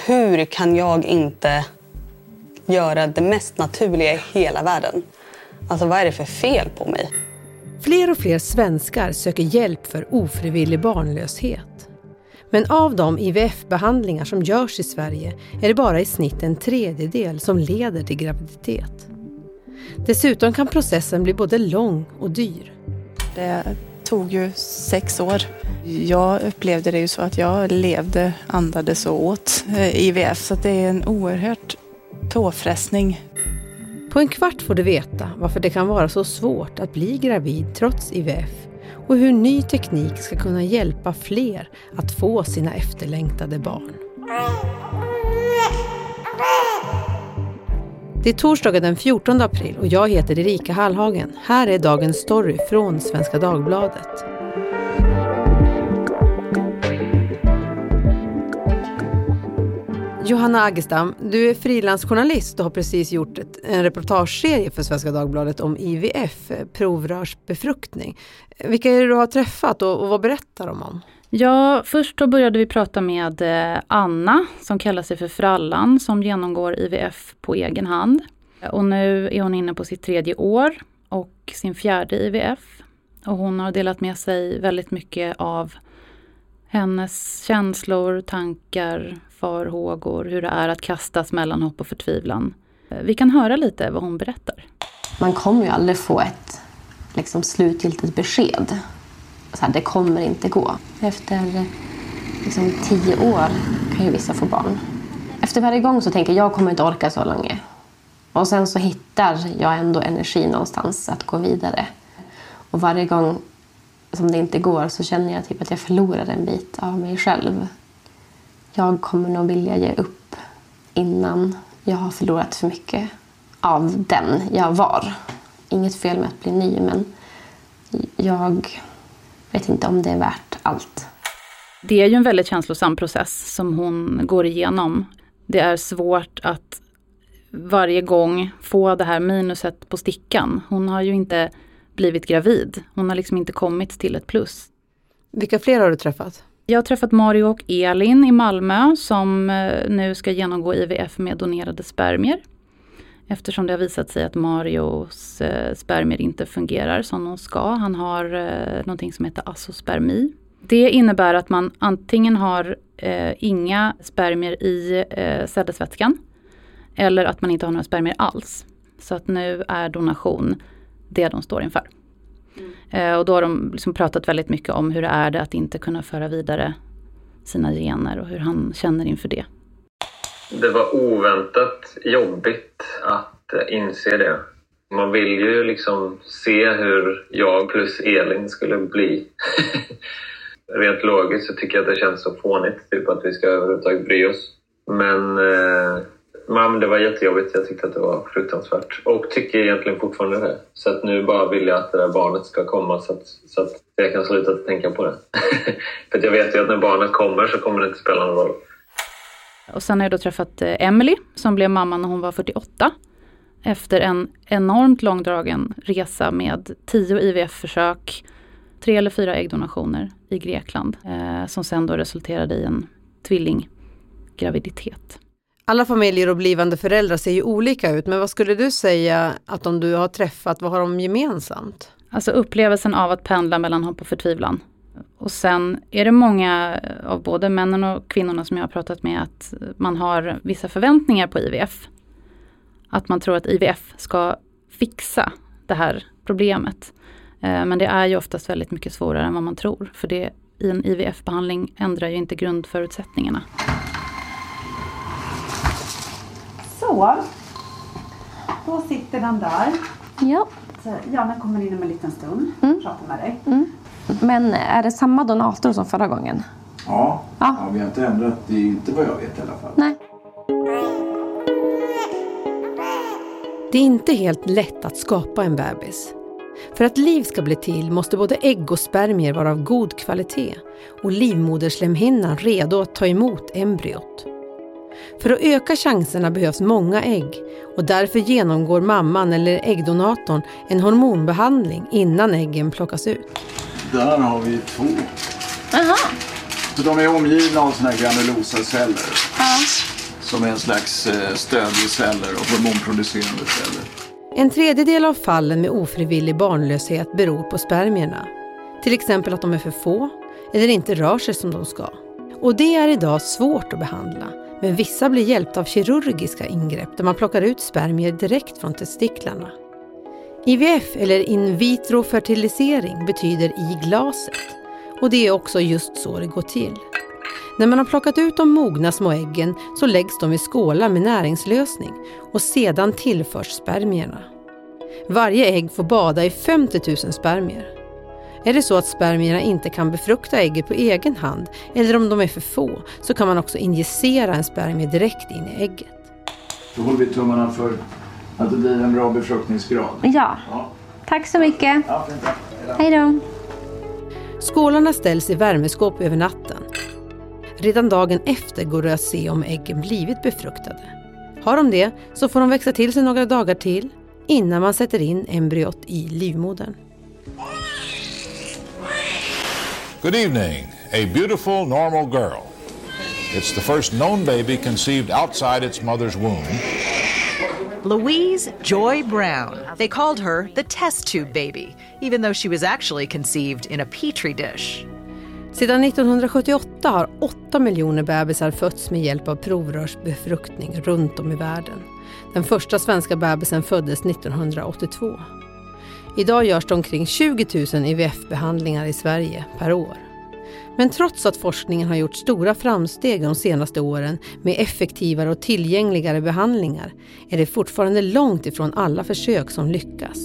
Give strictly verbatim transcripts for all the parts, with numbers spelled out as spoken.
hur kan jag inte göra det mest naturliga i hela världen? Alltså vad är det för fel på mig? Fler och fler svenskar söker hjälp för ofrivillig barnlöshet. Men av de I V F-behandlingar som görs i Sverige är det bara i snitt en tredjedel som leder till graviditet. Dessutom kan processen bli både lång och dyr. Det tog ju sex år. Jag upplevde det ju så att jag levde, andades och åt I V F. Så det är en oerhört påfrestning. På en kvart får du veta varför det kan vara så svårt att bli gravid trots I V F. Och hur ny teknik ska kunna hjälpa fler att få sina efterlängtade barn. Det är torsdagen den fjortonde april och jag heter Erika Hallhagen. Här är dagens story från Svenska Dagbladet. Johanna Agestam, du är frilansjournalist och har precis gjort ett, en reportageserie för Svenska Dagbladet om I V F, provrörsbefruktning. Vilka är det du har träffat och, och vad berättar de om? Ja, först då började vi prata med Anna som kallar sig för Frallan som genomgår I V F på egen hand. Och nu är hon inne på sitt tredje år och sin fjärde I V F. Och hon har delat med sig väldigt mycket av hennes känslor, tankar, farhågor, hur det är att kastas mellan hopp och förtvivlan. Vi kan höra lite vad hon berättar. Man kommer ju aldrig få ett liksom, slutgiltigt besked. Så här, det kommer inte gå. Efter liksom, tio år kan ju vissa få barn. Efter varje gång så tänker jag, jag kommer inte orka så länge. Och sen så hittar jag ändå energi någonstans att gå vidare. Och varje gång som det inte går så känner jag typ att jag förlorar en bit av mig själv. Jag kommer nog vilja ge upp innan jag har förlorat för mycket av den jag var. Inget fel med att bli ny, men jag vet inte om det är värt allt. Det är ju en väldigt känslosam process som hon går igenom. Det är svårt att varje gång få det här minuset på stickan. Hon har ju inte blivit gravid. Hon har liksom inte kommit till ett plus. Vilka fler har du träffat? Jag har träffat Mario och Elin i Malmö som nu ska genomgå I V F med donerade spermier. Eftersom det har visat sig att Marios spermier inte fungerar som de ska. Han har någonting som heter azospermi. Det innebär att man antingen har eh, inga spermier i eh, sädesvätskan eller att man inte har några spermier alls. Så att nu är donation det de står inför. Mm. Eh, och då har de liksom pratat väldigt mycket om hur det är det att inte kunna föra vidare sina gener och hur han känner inför det. Det var oväntat jobbigt att inse det. Man vill ju liksom se hur jag plus Elin skulle bli. Rent logiskt så tycker jag att det känns så fånigt typ att vi ska överhuvudtaget bry oss. Men eh, man, det var jättejobbigt. Jag tyckte att det var fruktansvärt. Och tycker egentligen fortfarande det. Så att nu bara vill jag att det där barnet ska komma så att, så att jag kan sluta tänka på det. För att jag vet ju att när barnet kommer så kommer det inte spela någon roll. Och sen har jag då träffat Emily som blev mamma när hon var fyrtioåtta. Efter en enormt långdragen resa med tio I V F-försök, tre eller fyra äggdonationer i Grekland. Eh, som sen då resulterade i en tvillinggraviditet. Alla familjer och blivande föräldrar ser ju olika ut. Men vad skulle du säga att om du har träffat, vad har de gemensamt? Alltså upplevelsen av att pendla mellan hopp och förtvivlan. Och sen är det många av både männen och kvinnorna som jag har pratat med att man har vissa förväntningar på I V F. Att man tror att I V F ska fixa det här problemet. Men det är ju oftast väldigt mycket svårare än vad man tror. För det, i en I V F-behandling ändrar ju inte grundförutsättningarna. Så, då sitter den där. Ja. Så Janne kommer in om en liten stund och Mm. pratar med dig. Mm. Men är det samma donator som förra gången? Ja, Ja. ja, vi har inte ändrat. Det är inte vad jag vet i alla fall. Nej. Det är inte helt lätt att skapa en bebis. För att liv ska bli till måste både ägg och spermier vara av god kvalitet och livmoderslemhinnan redo att ta emot embryot. För att öka chanserna behövs många ägg och därför genomgår mamman eller äggdonatorn en hormonbehandling innan äggen plockas ut. Där har vi två. Aha. Så de är omgivna av såna här granulosaceller. Ja. Som är en slags stödjeceller och hormonproducerande celler. En tredjedel av fallen med ofrivillig barnlöshet beror på spermierna. Till exempel att de är för få eller inte rör sig som de ska. Och det är idag svårt att behandla. Men vissa blir hjälpta av kirurgiska ingrepp där man plockar ut spermier direkt från testiklarna. I V F eller in vitro fertilisering betyder i glaset. Och det är också just så det går till. När man har plockat ut de mogna små äggen så läggs de i skålar med näringslösning och sedan tillförs spermierna. Varje ägg får bada i femtio tusen spermier. Är det så att spermierna inte kan befrukta ägget på egen hand eller om de är för få så kan man också injicera en spermie direkt in i ägget. Då håller vi tummarna för att det blir en bra befruktningsgrad. Ja, ja. Tack så mycket. Ja, fint. Hej då. Skålarna ställs i värmeskåp över natten. Redan dagen efter går det att se om äggen blivit befruktade. Har de det så får de växa till sig några dagar till innan man sätter in embryot i livmodern. Good evening, a beautiful normal girl. It's the first known baby conceived outside its mother's womb. Louise Joy Brown. They called her the test tube baby, even though she was actually conceived in a petri dish. Sedan nittonhundrasjuttioåtta har åtta miljoner bebisar fötts med hjälp av provrörsbefruktning runt om i världen. Den första svenska bebisen föddes nittonhundraåttiotvå. Idag görs det omkring tjugo tusen I V F-behandlingar i Sverige per år. Men trots att forskningen har gjort stora framsteg de senaste åren med effektivare och tillgängligare behandlingar är det fortfarande långt ifrån alla försök som lyckas.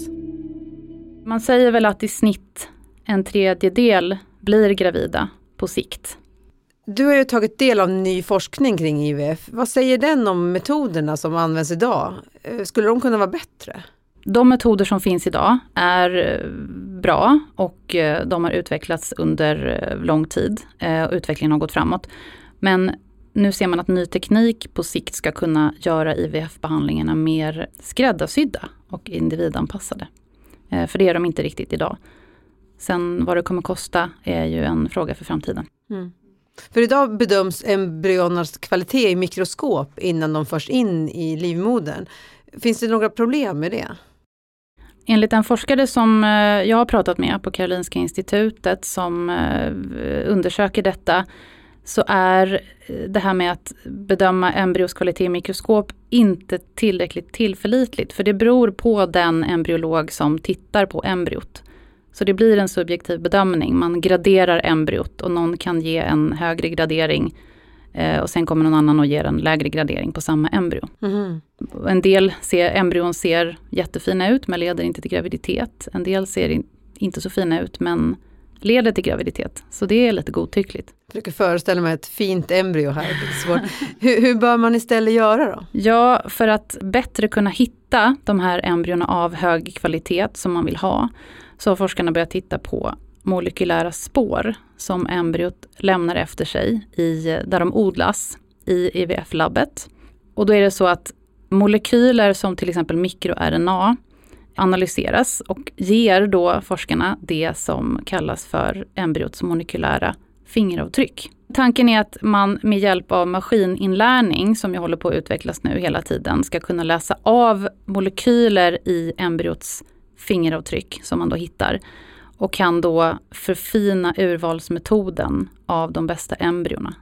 Man säger väl att i snitt en tredjedel blir gravida på sikt. Du har ju tagit del av ny forskning kring I V F. Vad säger den om metoderna som används idag? Skulle de kunna vara bättre? De metoder som finns idag är bra och de har utvecklats under lång tid. Utvecklingen har gått framåt. Men nu ser man att ny teknik på sikt ska kunna göra I V F-behandlingarna mer skräddarsydda och individanpassade. För det är de inte riktigt idag. Sen vad det kommer kosta är ju en fråga för framtiden. Mm. För idag bedöms embryonars kvalitet i mikroskop innan de förs in i livmodern. Finns det några problem med det? Enligt en forskare som jag har pratat med på Karolinska institutet som undersöker detta så är det här med att bedöma embryos kvalitet i mikroskop inte tillräckligt tillförlitligt. För det beror på den embryolog som tittar på embryot. Så det blir en subjektiv bedömning. Man graderar embryot och någon kan ge en högre gradering eh, och sen kommer någon annan och ger en lägre gradering på samma embryo. Mm. En del ser, embryon ser jättefina ut men leder inte till graviditet. En del ser in, inte så fina ut men leder till graviditet. Så det är lite godtyckligt. Jag försöker föreställa mig ett fint embryo här. Det är svårt. hur, hur bör man istället göra då? Ja, för att bättre kunna hitta de här embryona av hög kvalitet som man vill ha så har forskarna börjat titta på molekylära spår som embryot lämnar efter sig i, där de odlas i I V F-labbet. Och då är det så att molekyler som till exempel mikroR N A analyseras och ger då forskarna det som kallas för embryots molekylära fingeravtryck. Tanken är att man med hjälp av maskininlärning som ju håller på att utvecklas nu hela tiden ska kunna läsa av molekyler i embryots fingeravtryck som man då hittar och kan då förfina urvalsmetoden av de bästa embryona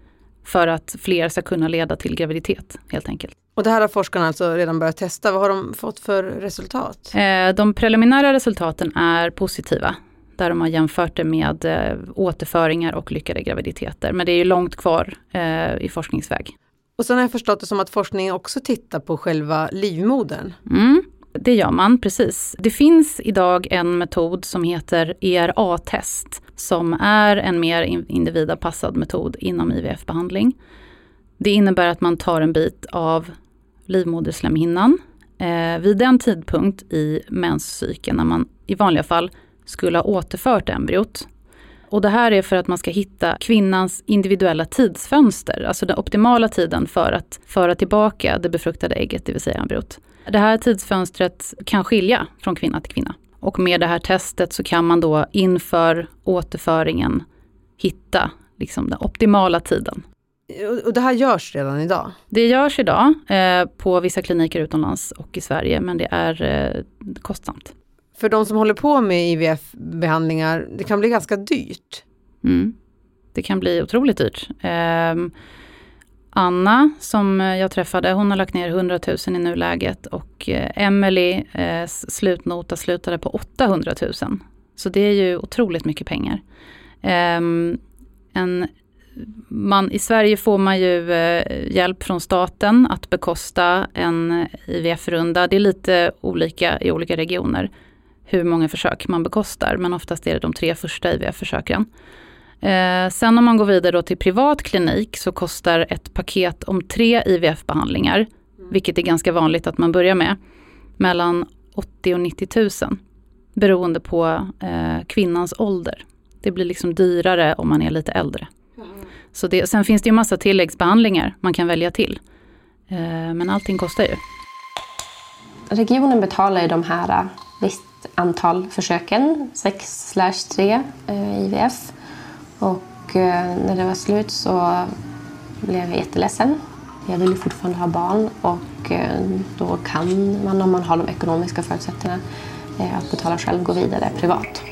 för att fler ska kunna leda till graviditet helt enkelt. Och det här har forskarna alltså redan börjat testa. Vad har de fått för resultat? Eh, de preliminära resultaten är positiva där de har jämfört det med eh, återföringar och lyckade graviditeter. Men det är ju långt kvar eh, i forskningsväg. Och sen har jag förstått det som att forskningen också tittar på själva livmodern. Mm. Det gör man, precis. Det finns idag en metod som heter E R A-test som är en mer individanpassad metod inom I V F-behandling. Det innebär att man tar en bit av livmoderslemhinnan eh, vid den tidpunkt i menscykeln när man i vanliga fall skulle ha återfört embryot. Och det här är för att man ska hitta kvinnans individuella tidsfönster, alltså den optimala tiden för att föra tillbaka det befruktade ägget, det vill säga embryot. Det här tidsfönstret kan skilja från kvinna till kvinna. Och med det här testet så kan man då inför återföringen hitta liksom den optimala tiden. Och det här görs redan idag? Det görs idag eh, på vissa kliniker utomlands och i Sverige, men det är eh, kostsamt. För de som håller på med I V F-behandlingar, det kan bli ganska dyrt. Mm. Det kan bli otroligt dyrt. Eh, Anna som jag träffade, hon har lagt ner hundratusen i nuläget och eh, Emily eh, slutnota slutade på åttahundratusen. Så det är ju otroligt mycket pengar. Eh, en Man, I Sverige får man ju eh, hjälp från staten att bekosta en I V F-runda. Det är lite olika i olika regioner hur många försök man bekostar. Men oftast är det de tre första I V F-försöken. Eh, sen om man går vidare då till privat klinik så kostar ett paket om tre I V F-behandlingar. Mm. Vilket är ganska vanligt att man börjar med. Mellan åttio och nittio tusen. Beroende på eh, kvinnans ålder. Det blir liksom dyrare om man är lite äldre. Så det, sen finns det ju massa tilläggsbehandlingar man kan välja till. Eh, men allting kostar ju. Regionen betalar ju de här visst antal försöken, sex slash tre eh, I V F. Och eh, när det var slut så blev jag jätteledsen. Jag vill ju fortfarande ha barn och eh, då kan man, om man har de ekonomiska förutsättningarna, eh, att betala själv, gå vidare privat.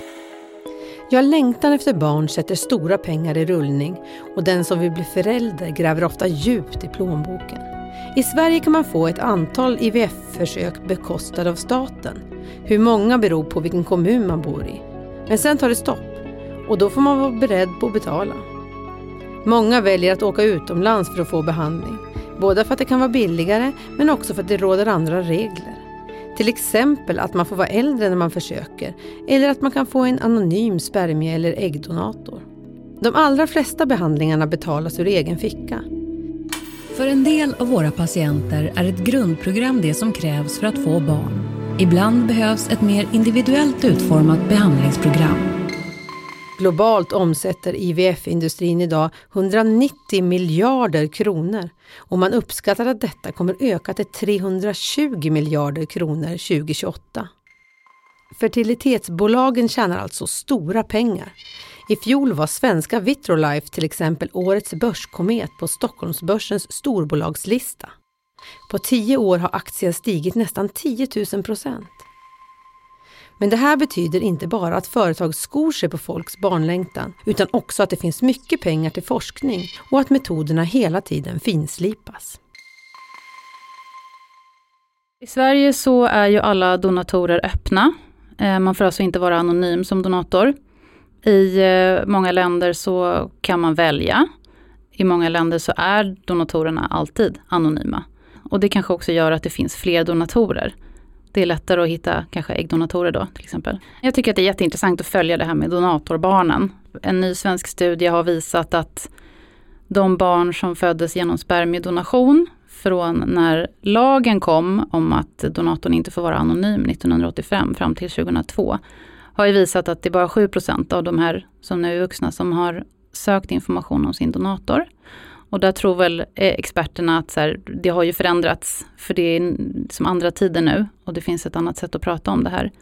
Ja, längtan efter barn sätter stora pengar i rullning och den som vill bli förälder gräver ofta djupt i plånboken. I Sverige kan man få ett antal I V F-försök bekostade av staten. Hur många beror på vilken kommun man bor i. Men sen tar det stopp och då får man vara beredd på att betala. Många väljer att åka utomlands för att få behandling. Både för att det kan vara billigare men också för att det råder andra regler. Till exempel att man får vara äldre när man försöker eller att man kan få en anonym spermie- eller äggdonator. De allra flesta behandlingarna betalas ur egen ficka. För en del av våra patienter är ett grundprogram det som krävs för att få barn. Ibland behövs ett mer individuellt utformat behandlingsprogram. Globalt omsätter I V F-industrin idag hundranittio miljarder kronor och man uppskattar att detta kommer öka till trehundratjugo miljarder kronor tjugohundratjugoåtta. Fertilitetsbolagen tjänar alltså stora pengar. I fjol var svenska Vitrolife till exempel årets börskomet på Stockholmsbörsens storbolagslista. På tio år har aktien stigit nästan tio tusen procent. Men det här betyder inte bara att företag skor sig på folks barnlängtan utan också att det finns mycket pengar till forskning och att metoderna hela tiden finslipas. I Sverige så är ju alla donatorer öppna. Man får alltså inte vara anonym som donator. I många länder så kan man välja. I många länder så är donatorerna alltid anonyma. Och det kanske också gör att det finns fler donatorer. Det är lättare att hitta kanske äggdonatorer då till exempel. Jag tycker att det är jätteintressant att följa det här med donatorbarnen. En ny svensk studie har visat att de barn som föddes genom spermiedonation från när lagen kom om att donatorn inte får vara anonym nittonhundraåttiofem fram till tjugohundratvå har ju visat att det är bara sju procent av de här som nu är vuxna som har sökt information om sin donator. Och där tror väl experterna att så här, det har ju förändrats för det är som andra tider nu och det finns ett annat sätt att prata om det här.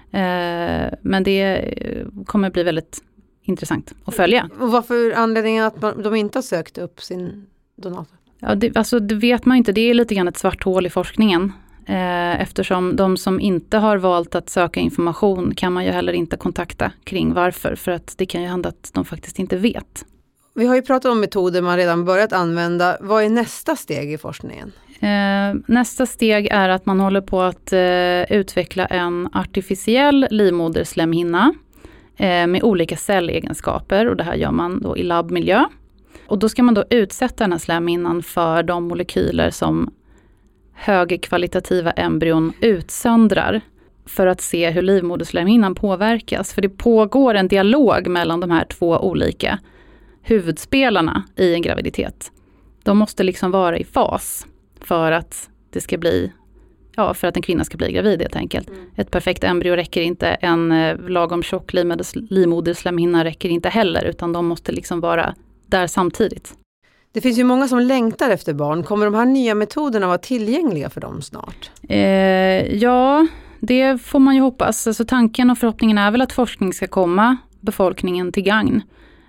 Eh, men det kommer bli väldigt intressant att följa. Och varför anledningen att man, de inte har sökt upp sin donator? Ja, det, alltså, det vet man inte. Det är lite grann ett svart hål i forskningen. Eh, eftersom de som inte har valt att söka information kan man ju heller inte kontakta kring varför. För att det kan ju hända att de faktiskt inte vet. Vi har ju pratat om metoder man redan börjat använda. Vad är nästa steg i forskningen? Eh, nästa steg är att man håller på att eh, utveckla en artificiell livmoderslemhinna eh, med olika cellegenskaper. Och det här gör man då i labbmiljö. Och då ska man då utsätta den här slemhinnan för de molekyler som högkvalitativa embryon utsöndrar för att se hur livmoderslemhinnan påverkas. För det pågår en dialog mellan de här två olika huvudspelarna i en graviditet. De måste liksom vara i fas för att det ska bli, ja, för att en kvinna ska bli gravid helt enkelt. Mm. Ett perfekt embryo räcker inte, en eh, lagom tjock livmoderslemhinna räcker inte heller, utan de måste liksom vara där samtidigt. Det finns ju många som längtar efter barn. Kommer de här nya metoderna vara tillgängliga för dem snart? Eh, ja, det får man ju hoppas. Alltså, tanken och förhoppningen är väl att forskning ska komma befolkningen till gagn.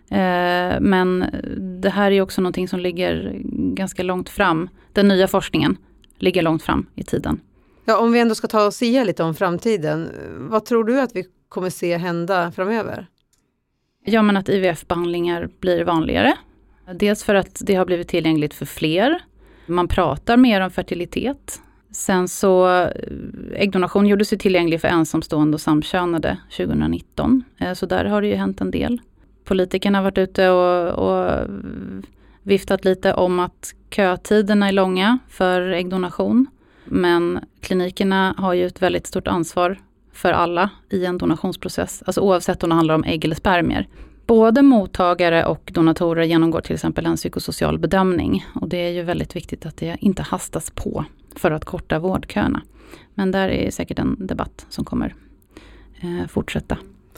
Eh, men det här är också någonting som ligger ganska långt fram. Den nya forskningen ligger långt fram i tiden. Ja, om vi ändå ska ta och säga lite om framtiden, vad tror du att vi kommer se hända framöver? Ja, men att I V F-behandlingar blir vanligare. Dels för att det har blivit tillgängligt för fler. Man pratar mer om fertilitet. Sen så äggdonation gjordes ju tillgänglig för ensamstående och samkönade tjugonitton. Så där har det ju hänt en del. Politikerna har varit ute och, och viftat lite om att kötiderna är långa för äggdonation. Men klinikerna har ju ett väldigt stort ansvar för alla i en donationsprocess. Alltså oavsett om det handlar om ägg eller spermier. Både mottagare och donatorer genomgår till exempel en psykosocial bedömning. Och det är ju väldigt viktigt att det inte hastas på för att korta vårdköerna. Men där är säkert en debatt som kommer eh, fortsätta.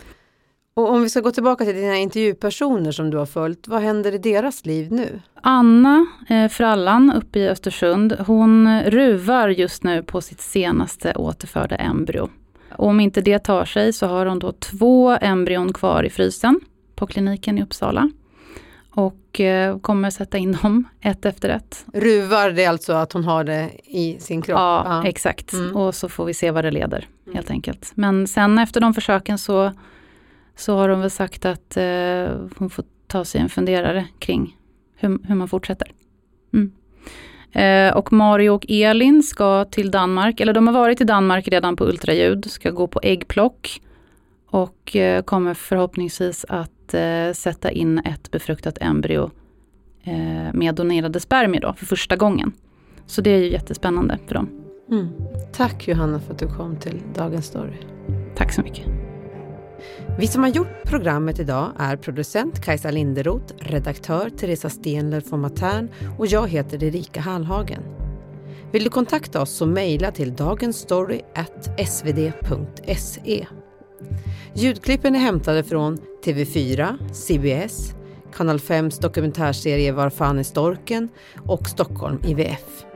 Och om vi ska gå tillbaka till dina intervjupersoner som du har följt, vad händer i deras liv nu? Anna eh, Frallan uppe i Östersund, hon ruvar just nu på sitt senaste återförda embryo. Och om inte det tar sig så har hon då två embryon kvar i frysen på kliniken i Uppsala. Och eh, kommer sätta in dem ett efter ett. Ruvar det alltså att hon har det i sin kropp? Ja, ja. exakt. Mm. Och så får vi se vad det leder helt enkelt. Men sen efter de försöken så, så har hon väl sagt att eh, hon får ta sig en funderare kring hur, hur man fortsätter. Mm. Eh, och Mario och Elin ska till Danmark, eller de har varit i Danmark redan på ultraljud, ska gå på äggplock och eh, kommer förhoppningsvis att eh, sätta in ett befruktat embryo eh, med donerade spermier då för första gången. Så det är ju jättespännande för dem. Mm. Tack Johanna för att du kom till Dagens Story. Tack så mycket. Vi som har gjort programmet idag är producent Kajsa Linderoth, redaktör Teresa Stenler från Matern och jag heter Erika Hallhagen. Vill du kontakta oss så mejla till dagensstory at s v d punkt se. Ljudklippen är hämtade från T V fyra, C B S, Kanal fems dokumentärserie Var fan är storken och Stockholm I V F.